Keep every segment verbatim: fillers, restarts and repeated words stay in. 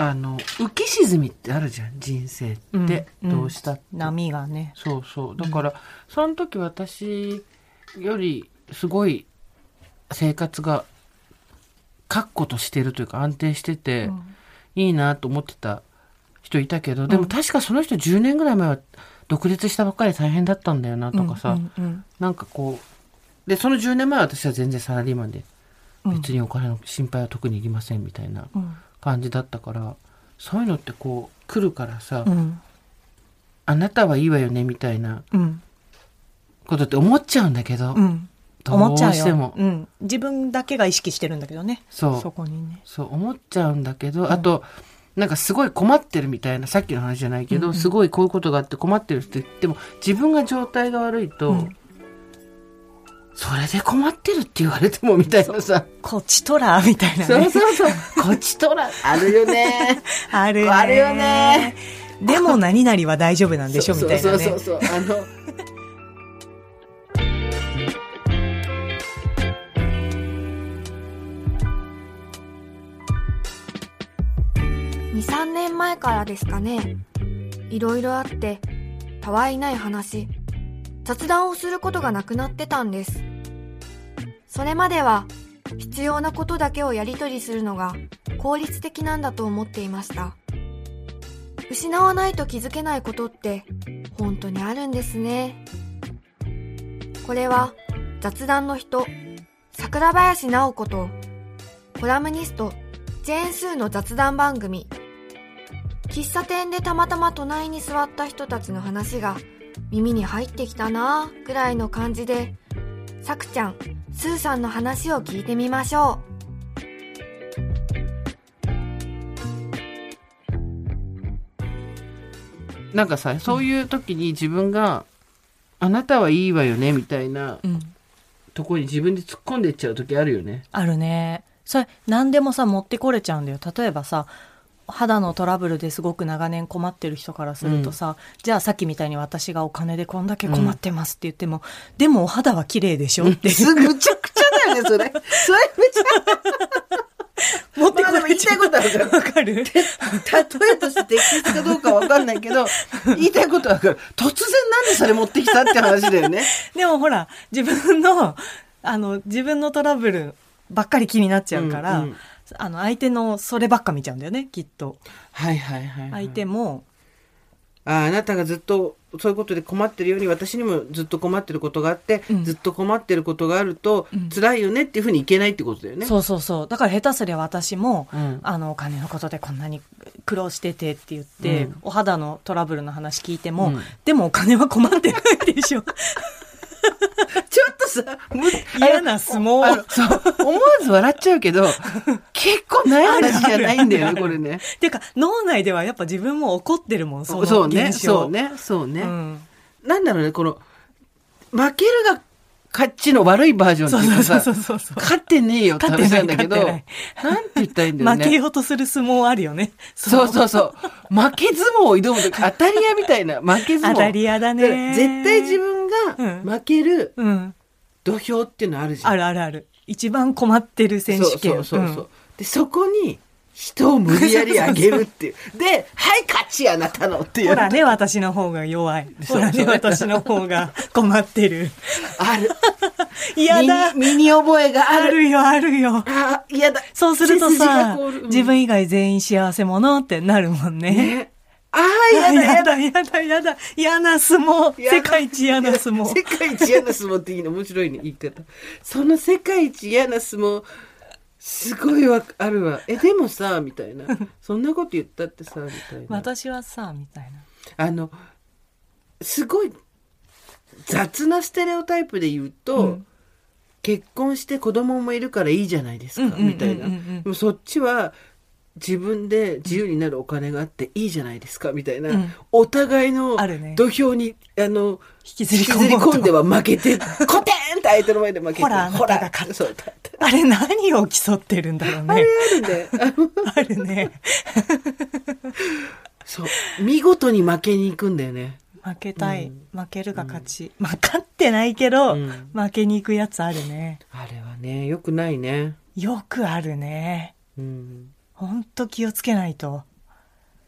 あの浮き沈みってあるじゃん人生って、うん、どうしたって、 うん、波がね。 そうそうだから、うん、その時私よりすごい生活が確固としてるというか安定してて、うん、いいなと思ってた人いたけど、でも確かその人じゅうねんぐらい前は独立したばっかり大変だったんだよなとかさ、うんうんうん、なんかこうでそのじゅうねんまえは私は全然サラリーマンで別にお金の心配は特にいりませんみたいな感じだったから、うん、そういうのってこう来るからさ、うん、あなたはいいわよねみたいなことって思っちゃうんだけど、うん、どうしても、 うん、自分だけが意識してるんだけどね。そうそこにねそう思っちゃうんだけど、うん、あとなんかすごい困ってるみたいなさっきの話じゃないけど、うんうん、すごいこういうことがあって困ってるって言っても自分が状態が悪いと、うん、それで困ってるって言われてもみたいなさこちとらみたいなね。 そうそうそうこちとらあるよねあるねあるよね。 でも何々は大丈夫なんでしょみたいなね。 そうそうそうそうあのにさんねんまえからですかね。いろいろあってたわいない話雑談をすることがなくなってたんです。それまでは必要なことだけをやり取りするのが効率的なんだと思っていました。失わないと気づけないことって本当にあるんですね。これは雑談の人桜林直子とコラムニストジェーン・スーの雑談番組。喫茶店でたまたま隣に座った人たちの話が耳に入ってきたなぁぐらいの感じで、さくちゃん、スーさんの話を聞いてみましょう。なんかさ、そういう時に自分が、うん、あなたはいいわよねみたいな、うん、ところに自分で突っ込んでいっちゃう時あるよね。 あるね。それ何でもさ持ってこれちゃうんだよ。例えばさ肌のトラブルですごく長年困ってる人からするとさ、うん、じゃあさっきみたいに私がお金でこんだけ困ってますって言っても、うん、でもお肌は綺麗でしょって、 うん、むちゃくちゃだよねそれそれめちゃ持ってこれちゃう、まあ、でも言いたいことは分かる。例えとして適切かどうか分かんないけど言いたいことは分かる。突然なんでそれ持ってきたって話だよね。 でもほら自分のあの自分のトラブルばっかり気になっちゃうから、うんうん、あの相手のそればっか見ちゃうんだよねきっと。 はいはいはい、はい、 相手もあ, あなたがずっとそういうことで困ってるように私にもずっと困ってることがあって、うん、ずっと困ってることがあると、うん、辛いよねっていうふうにいけないってことだよね。 そうそうそう。だから下手すりゃ私も、うん、あのお金のことでこんなに苦労しててって言って、うん、お肌のトラブルの話聞いても、うん、でもお金は困ってないでしょちょっとさ嫌な相撲そう思わず笑っちゃうけど結構ない話じゃないんだよねこれね。 ていうか脳内ではやっぱ自分も怒ってるもんその現象。 そうねそうねそうね、うん、なんだろうねこの負けるが勝ちの悪いバージョンっていうかさ、そうそうそうそう、勝ってねえよって話なんだけど、なんて言ったらいいんだよね。 負けようとする相撲あるよね。 そうそうそう。負け相撲を挑むとき、当たり屋みたいな負け相撲。 当たり屋だね。 絶対自分が負ける土俵っていうのあるじゃん。 うんうん、あるあるある。一番困ってる選手権。 そうそうそうそう、うん、で、そこに、人を無理やり上げるっていう。で、はい、勝ちあなたのっていう。 ほらね、私の方が弱い。ほらね、私の方が困ってる。 ある。 嫌だ。 身に覚えがある。 あるよ、あるよ。 あ、嫌だ。 そうするとさ、自分以外全員幸せ者ってなるもんね。ね、 ああ、嫌だ、 嫌だ、嫌だ、嫌だ。嫌な相撲。世界一嫌な相撲。 世界一嫌な相撲っていいの、面白いね、言い方。その世界一嫌な相撲、すごいわあるわ。えでもさみたいなそんなこと言ったってさみたいな。 私はさみたいな。あのすごい雑なステレオタイプで言うと、うん、結婚して子供もいるからいいじゃないですか、うん、みたいな。でもそっちは自分で自由になるお金があっていいじゃないですかみたいな、うん、お互いの土俵に あ,、ね、あの引きずり込んでは負けてコテンって相手の前で負けてほらあなたが勝ったあれ何を競ってるんだろうね。 あれあるねあるねそう見事に負けに行くんだよね。 負けたい、うん、負けるが勝ち、うん、まあ勝ってないけど、うん、負けに行くやつあるね。 あれはねよくないね。 よくあるね。うんほんと気をつけないと。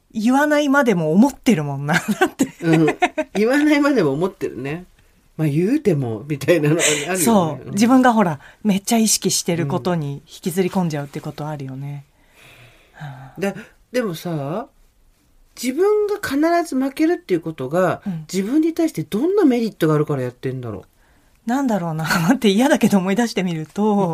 言わないまでも思ってるもんなだって、 うん、言わないまでも思ってるね。まあ言うてもみたいなのがあるよね。 そう、自分がほらめっちゃ意識してることに引きずり込んじゃうってことあるよね、 うん、だでもさ、自分が必ず負けるっていうことが、うん、自分に対してどんなメリットがあるからやってんだろう。 なんだろうなって嫌だけど思い出してみると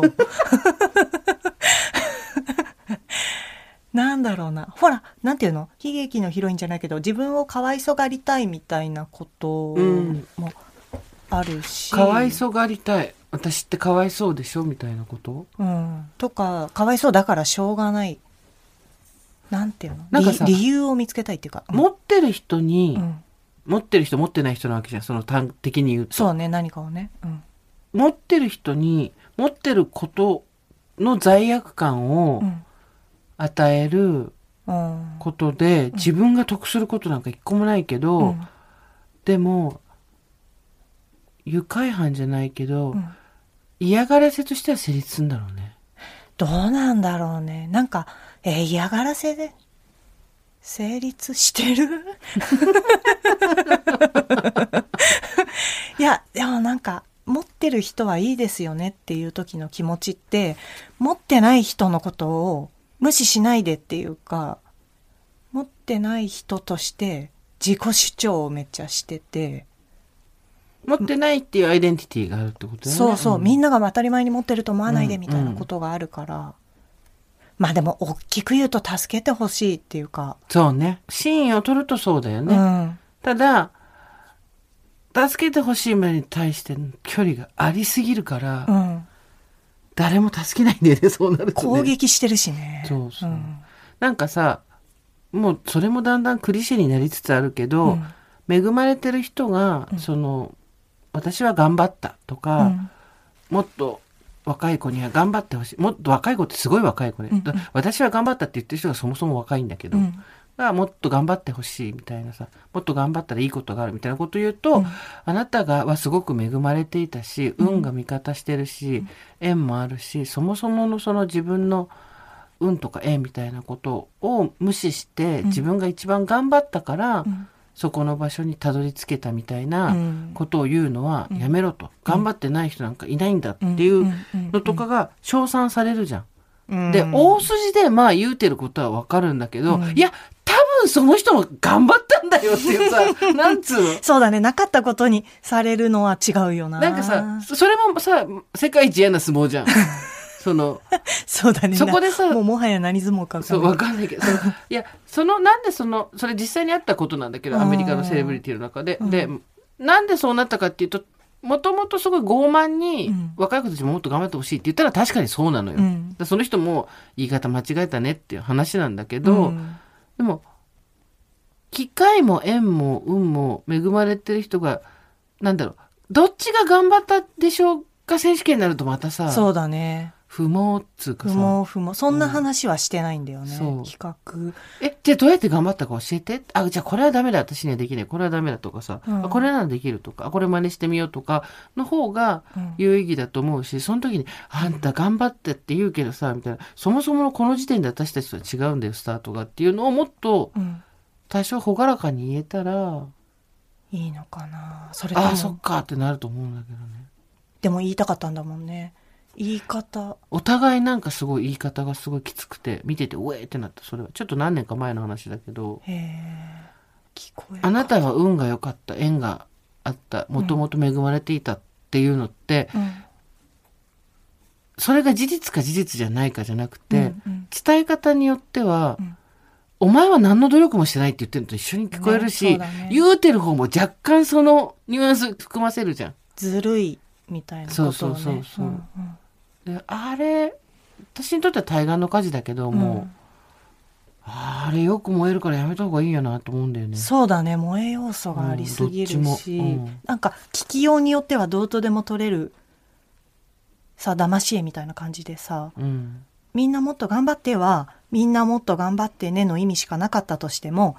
なんだろうな、ほらなんていうの、悲劇のヒロインじゃないけど自分をかわいそがりたいみたいなこともあるし、 うん、かわいそがりたい、私ってかわいそうでしょみたいなこと、 うん、とかかわいそうだからしょうがない、なんていうの、 なんかさ、 理由を見つけたいっていうか、 うん、持ってる人に、うん、持ってる人持ってない人なわけじゃん、その端的に言うと。 そうね、何かをね、うん、 持ってる人に持ってることの罪悪感を与えることで、うん、自分が得することなんか一個もないけど、うん、でも愉快犯じゃないけど、うん、嫌がらせとしては成立するんだろうね。 どうなんだろうね。なんか、えー、嫌がらせで成立してるいやでもなんか持ってる人はいいですよねっていう時の気持ちって、持ってない人のことを無視しないでっていうか、持ってない人として自己主張をめっちゃしてて、 持ってないっていうアイデンティティがあるってことだよね。 そうそう、うん、みんなが当たり前に持ってると思わないでみたいなことがあるから、うんうん、まあでも大きく言うと助けてほしいっていうか、 そうね、真意を取るとそうだよね、うん、ただ助けてほしいものに対しての距離がありすぎるから、うん、誰も助けないんだよね、そうなるとね。 攻撃してるしね。 そうそう、うん、なんかさ、もうそれもだんだんクリシェになりつつあるけど、うん、恵まれてる人が、うん、その私は頑張ったとか、うん、もっと若い子には頑張ってほしい、もっと若い子ってすごい若い子ね、うんうん、私は頑張ったって言ってる人がそもそも若いんだけど、うん、がもっと頑張ってほしいみたいなさ、もっと頑張ったらいいことがあるみたいなことを言うと、うん、あなたがはすごく恵まれていたし、運が味方してるし、うん、縁もあるし、そもそものその自分の運とか縁みたいなことを無視して、うん、自分が一番頑張ったから、うん、そこの場所にたどり着けたみたいなことを言うのはやめろと、うん、頑張ってない人なんかいないんだっていうのとかが称賛されるじゃん、うん、で大筋でまあ言うてることは分かるんだけど、うん、いや多分その人も頑張ったんだよっていうさなんつうのそうだね、なかったことにされるのは違うよな。 なんかさ、それもさ世界一嫌な相撲じゃんそのそうだね、 そこでさ、 もうもはや何相撲か分かんないけど、そのいやそのなんでそのそれ実際にあったことなんだけど、アメリカのセレブリティの中で、うん、でなんでそうなったかっていうと、もともとすごい傲慢に、うん、若い子たちももっと頑張ってほしいって言ったら確かにそうなのよ、うん、その人も言い方間違えたねっていう話なんだけど、うん、でも機会も縁も運も恵まれてる人がなんだろう、どっちが頑張ったでしょうか選手権になるとまたさ、 そうだね、 不毛っつうかさ、 不毛不毛、そんな話はしてないんだよね、うん、比較。 えじゃあどうやって頑張ったか教えて、あじゃあこれはダメだ私にはできない、これはダメだとかさ、うん、これならできるとか、これ真似してみようとかの方が有意義だと思うし、その時にあんた頑張ってって言うけどさみたいな、そもそものこの時点で私たちとは違うんだよスタートがっていうのをもっと多少朗らかに言えたらいいのかな。それともあそっかってなると思うんだけどね。 でも言いたかったんだもんね、言い方。 お互いなんかすごい言い方がすごいきつくて見ててうえーってなった。それはちょっと何年か前の話だけど、へ聞こえあなたは運が良かった、縁があった、もともと恵まれていたっていうのって、うん、それが事実か事実じゃないかじゃなくて、うんうん、伝え方によっては、うん、お前は何の努力もしてないって言ってるのと一緒に聞こえるし、ねね、言うてる方も若干そのニュアンス含ませるじゃん。 ずるいみたいなことをね。 そうそうそうそう、うんうん、であれ私にとっては対岸の火事だけども、うん、あれよく燃えるからやめた方がいいよなと思うんだよね。 そうだね、燃え要素がありすぎるし、うん、なんか聞きようによってはどうとでも取れるさ、騙し絵みたいな感じでさ、うん、みんなもっと頑張ってはみんなもっと頑張ってねの意味しかなかったとしても、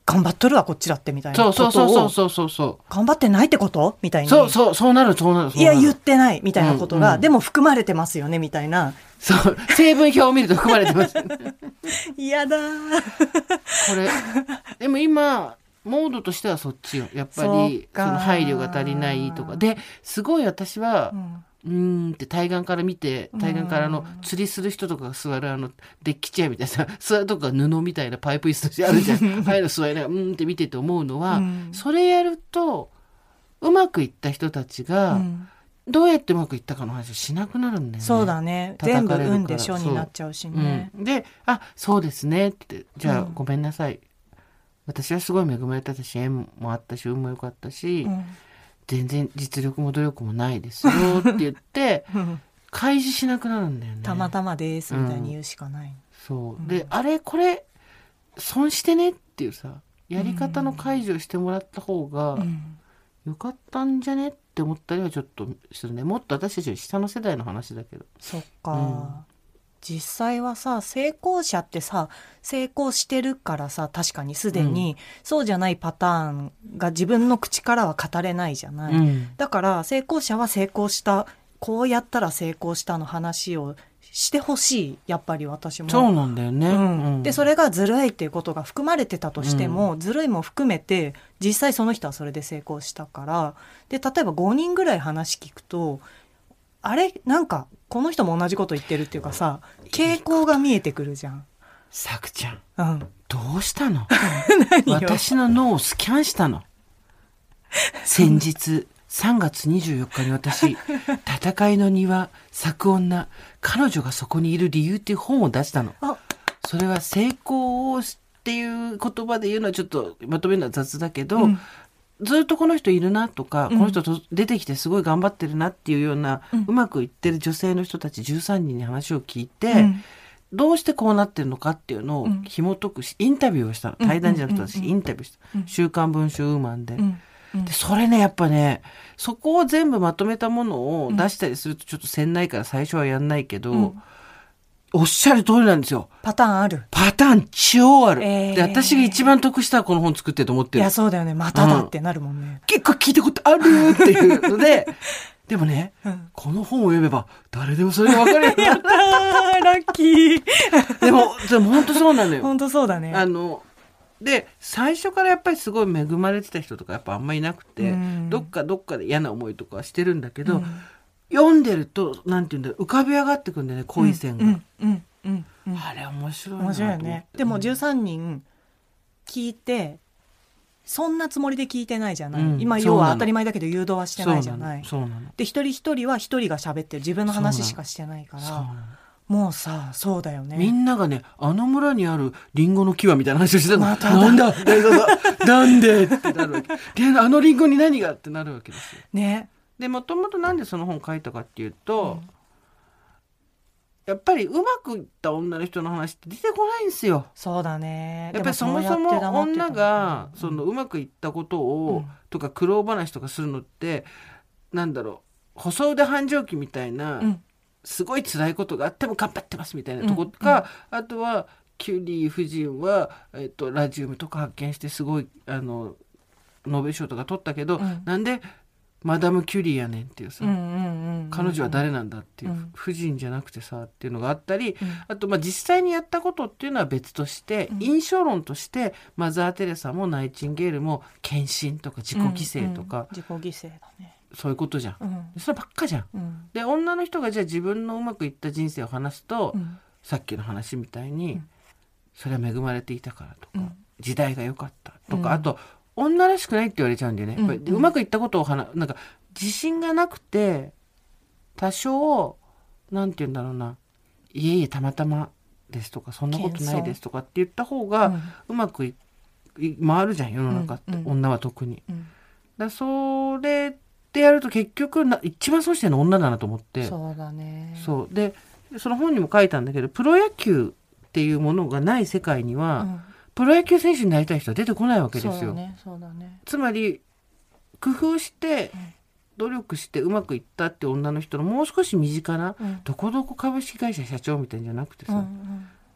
頑張っとるわこっちだってみたいなそうことをそうそうそうそうそう頑張ってないってことみたいにそうそうそうなるそうなるそうなるいや言ってないみたいなことが、 うんうんでも含まれてますよねみたいなそう成分表を見ると含まれてます嫌だーこれでも今モードとしてはそっちよやっぱりそっかその配慮が足りないとかですごい私は、 うんうーんって対岸から見て対岸からあの釣りする人とかが座るあのデッキチェアみたいな座るとこが布みたいなパイプ椅子としてあるじゃんああいうの座りながらうーんって見てて思うのは、 うん、 それやるとうまくいった人たちが、 うんどうやってうまくいったかの話をしなくなるんだよね。 そうだね全部運でしょになっちゃうしね、 うん、であそうですねってじゃあ、 うんごめんなさい私はすごい恵まれたし縁もあったし運も良かったし、 うん全然実力も努力もないですよって言って開示しなくなるんだよね。 たまたまですみたいに言うしかない、 そううんであれこれ損してねっていうさやり方の開示をしてもらった方がうんよかったんじゃねって思ったりはちょっとするね。もっと私たちより下の世代の話だけど。 そっか、 うん実際はさ成功者ってさ成功してるからさ確かにすでに、うん、そうじゃないパターンが自分の口からは語れないじゃない、 うん、 だから成功者は成功したこうやったら成功したの話をしてほしいやっぱり私もそうなんだよね、 うんうん、 でそれがずるいっていうことが含まれてたとしても、うん、ずるいも含めて実際その人はそれで成功したからで例えばごにんぐらい話聞くとあれなんかこの人も同じこと言ってるっていうかさ傾向が見えてくるじゃん。 さくちゃん、 うん、 どうしたの私の脳をスキャンしたの先日さんがつにじゅうよっかに私戦いの庭咲く女彼女がそこにいる理由っていう本を出したの。それは成功っていう言葉で言うのはちょっとまとめるのは雑だけど、うんずっとこの人いるなとか、うん、この人と出てきてすごい頑張ってるなっていうような、うん、うまくいってる女性の人たちじゅうさんにんに話を聞いて、うん、どうしてこうなってるのかっていうのを紐解くし、インタビューをしたの。対談じゃなくて私インタビューした、うん、週刊文春ウーマンで、うんうん、でそれねやっぱねそこを全部まとめたものを出したりするとちょっとせんないから最初はやんないけど、うんおっしゃる通りなんですよ。 パターンある。 パターン超ある。 えー、 で、私が一番得したらこの本作ってると思ってる。 いや、そうだよね。まただってなるもんね。うん、 結構聞いたことあるっていうので、でもね、うん、この本を読めば誰でもそれが分かるようになった。 やったー、ラッキー。 でも、でも本当そうなのよ。 本当そうだね。 あの、で、最初からやっぱりすごい恵まれてた人とかやっぱあんまりいなくて、うん、どっかどっかで嫌な思いとかはしてるんだけど、うん、読んでると、なんていうんだろう、浮かび上がってくるんだよね、恋線が。うんうんうんうん、あれ面白いな面白いよね。でもじゅうさんにん聞いてそんなつもりで聞いてないじゃない、うん、今要は当たり前だけど誘導はしてないじゃない。 そうなの。 で一人一人は一人が喋ってる自分の話しかしてないからもうさそうだよね。 みんながねあの村にあるリンゴの木はみたいな話をしてたの、 ま、 なんだなんでってなるわけであのリンゴに何がってなるわけですよ、 ね、 でもともとなんでその本書いたかっていうと、うんやっぱりうまくいった女の人の話って出てこないんですよ。 そうだね。 やっぱりそもそも女がそのうまくいったことを、うん、とか苦労話とかするのってなんだろう細腕繁盛期みたいな、うん、すごい辛いことがあっても頑張ってますみたいなところか、うんうん、あとはキュリー夫人は、えっと、ラジウムとか発見してすごいあのノーベル賞とか取ったけど、うん、なんでマダム・キュリーやねんっていうさ、うんうんうんうん、彼女は誰なんだっていう、うん、夫人じゃなくてさっていうのがあったり、うん、あとまあ実際にやったことっていうのは別として、うん、印象論としてマザー・テレサもナイチンゲールも献身とか自己犠牲とか、うんうん、 自己犠牲だねそういうことじゃん、うん、そればっかじゃん、 うん、 で女の人がじゃあ自分のうまくいった人生を話すと、 うん、 さっきの話みたいに、うん、それは恵まれていたからとか、 うん、 時代が良かったとか、うん、あと女らしくないって言われちゃうんだよね、うんうん、うまくいったことを話なんか自信がなくて多少なんて言うんだろうないえいえたまたまですとかそんなことないですとかって言った方が、うん、うまくい回るじゃん世の中って、うんうん、女は特に、 うん、 だそれでやると結局な一番損してるの女だなと思って。 そうだね。 そうでその本にも書いたんだけどプロ野球っていうものがない世界には、うん、プロ野球選手になりたい人は出てこないわけですよ。 そうだね、そうだね。 つまり工夫して努力してうまくいったって女の人のもう少し身近な、 うん、 どこどこ株式会社社長みたいんじゃなくてさ、 うんうん、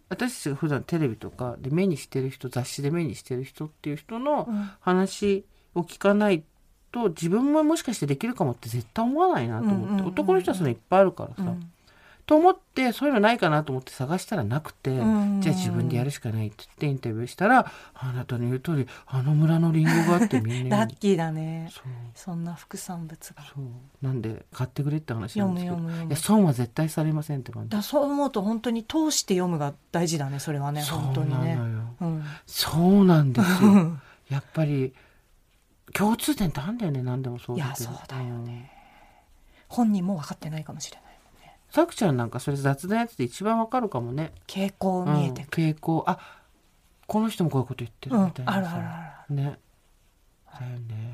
私たちが普段テレビとかで目にしてる人、雑誌で目にしてる人っていう人の話を聞かないと、自分ももしかしてできるかもって絶対思わないなと思って、うんうんうん、男の人はそれいっぱいあるからさ、うん、と思ってそういうのないかなと思って探したらなくて、うんうん、じゃあ自分でやるしかないって言ってインタビューしたら、あなたの言う通りあの村のリンゴがあってみんなラッキーだね。 そ, そんな副産物がそうなんで買ってくれって話なんですけど、 読む読む読む、 いや損は絶対されませんって感じだ。そう思うと本当に通して読むが大事だね。それはね、本当にね。 そうなのよ、 うん、 そうなんですよやっぱり共通点ってあんだよね、何でもそうだけど。 いやそうだよね、うん、本人も分かってないかもしれないもんね。 さくちゃんなんかそれ雑談やつで一番分かるかもね。 傾向見えてくる、 うん、傾向、あこの人もこういうこと言ってるみたいなさ、 うん、あるあるあるね、だよね、うん、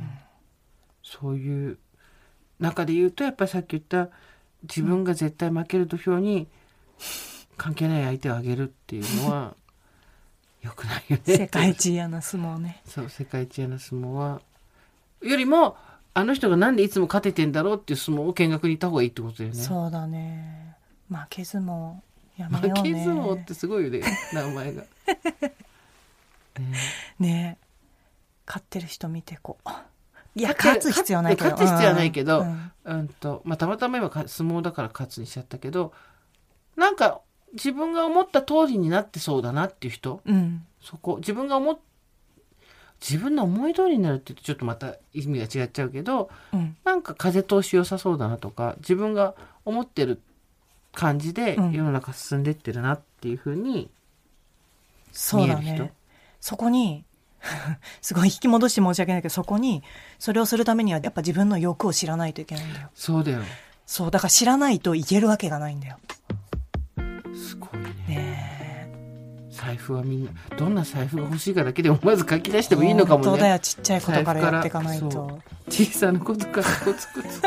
そういう中で言うとやっぱりさっき言った自分が絶対負ける土俵に関係ない相手をあげるっていうのはよくないよね。 世界一嫌な相撲ね。 そう、世界一嫌な相撲はよりもあの人がなんでいつも勝ててんだろうっていう相撲を見学に行った方がいいってことだよね。 そうだね。負け相撲やめようね。 負け相撲ってすごいよね名前がね, ね勝ってる人見てこう、いや勝つ必要ないけど、 勝つ必要はないけど、うんうんとまあ、たまたま今相撲だから勝つにしちゃったけど、なんか自分が思った通りになってそうだなっていう人、うん、そこ自分が思っ自分の思い通りになるって言うとちょっとまた意味が違っちゃうけど、うん、なんか風通し良さそうだなとか、自分が思ってる感じで世の中進んでってるなっていう風に見える人、 そうだね、そこにすごい引き戻して申し訳ないけど、そこにそれをするためにはやっぱ自分の欲を知らないといけないんだよ。 そうだよ。 そうだから知らないといけるわけがないんだよ。 すごい ね, ね財布はみんなどんな財布が欲しいかだけで思わず書き出してもいいのかもね。 本当だよ、ちっちゃいことからやっていかないと。 小さなことからコツコツ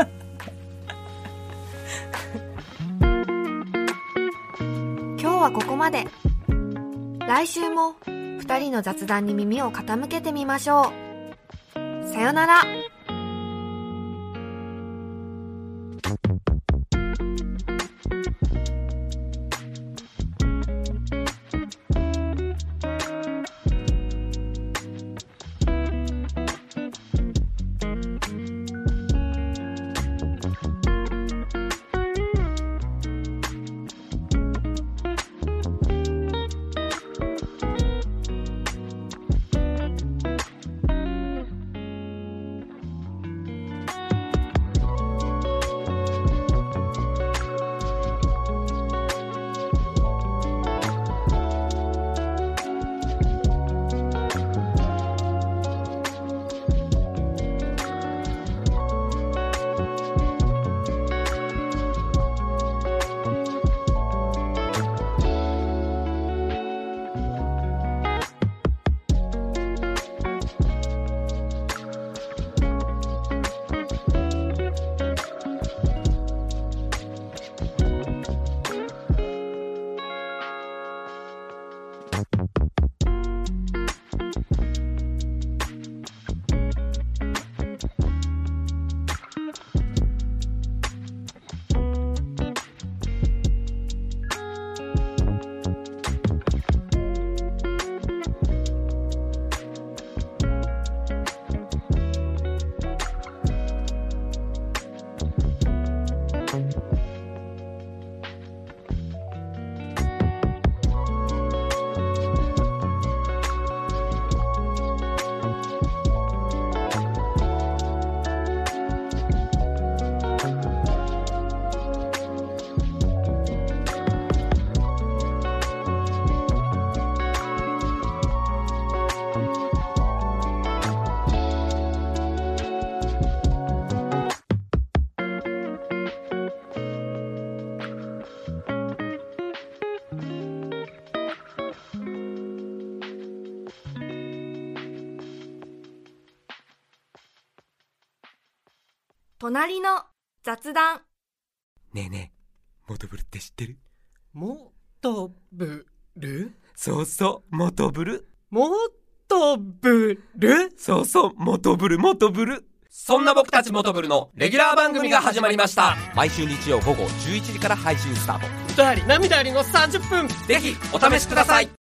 今日はここまで。来週もふたりの雑談に耳を傾けてみましょう。さよなら。隣の雑談。 ねえねえ、モトブルって知ってる？ モトブル？ そうそう、モトブル。 モトブル？ そうそう、モトブル、モトブル。そんな僕たちモトブルのレギュラー番組が始まりました。毎週日曜午後じゅういちじから配信スタート。 歌あり涙ありのさんじゅっぷん。 ぜひお試しください。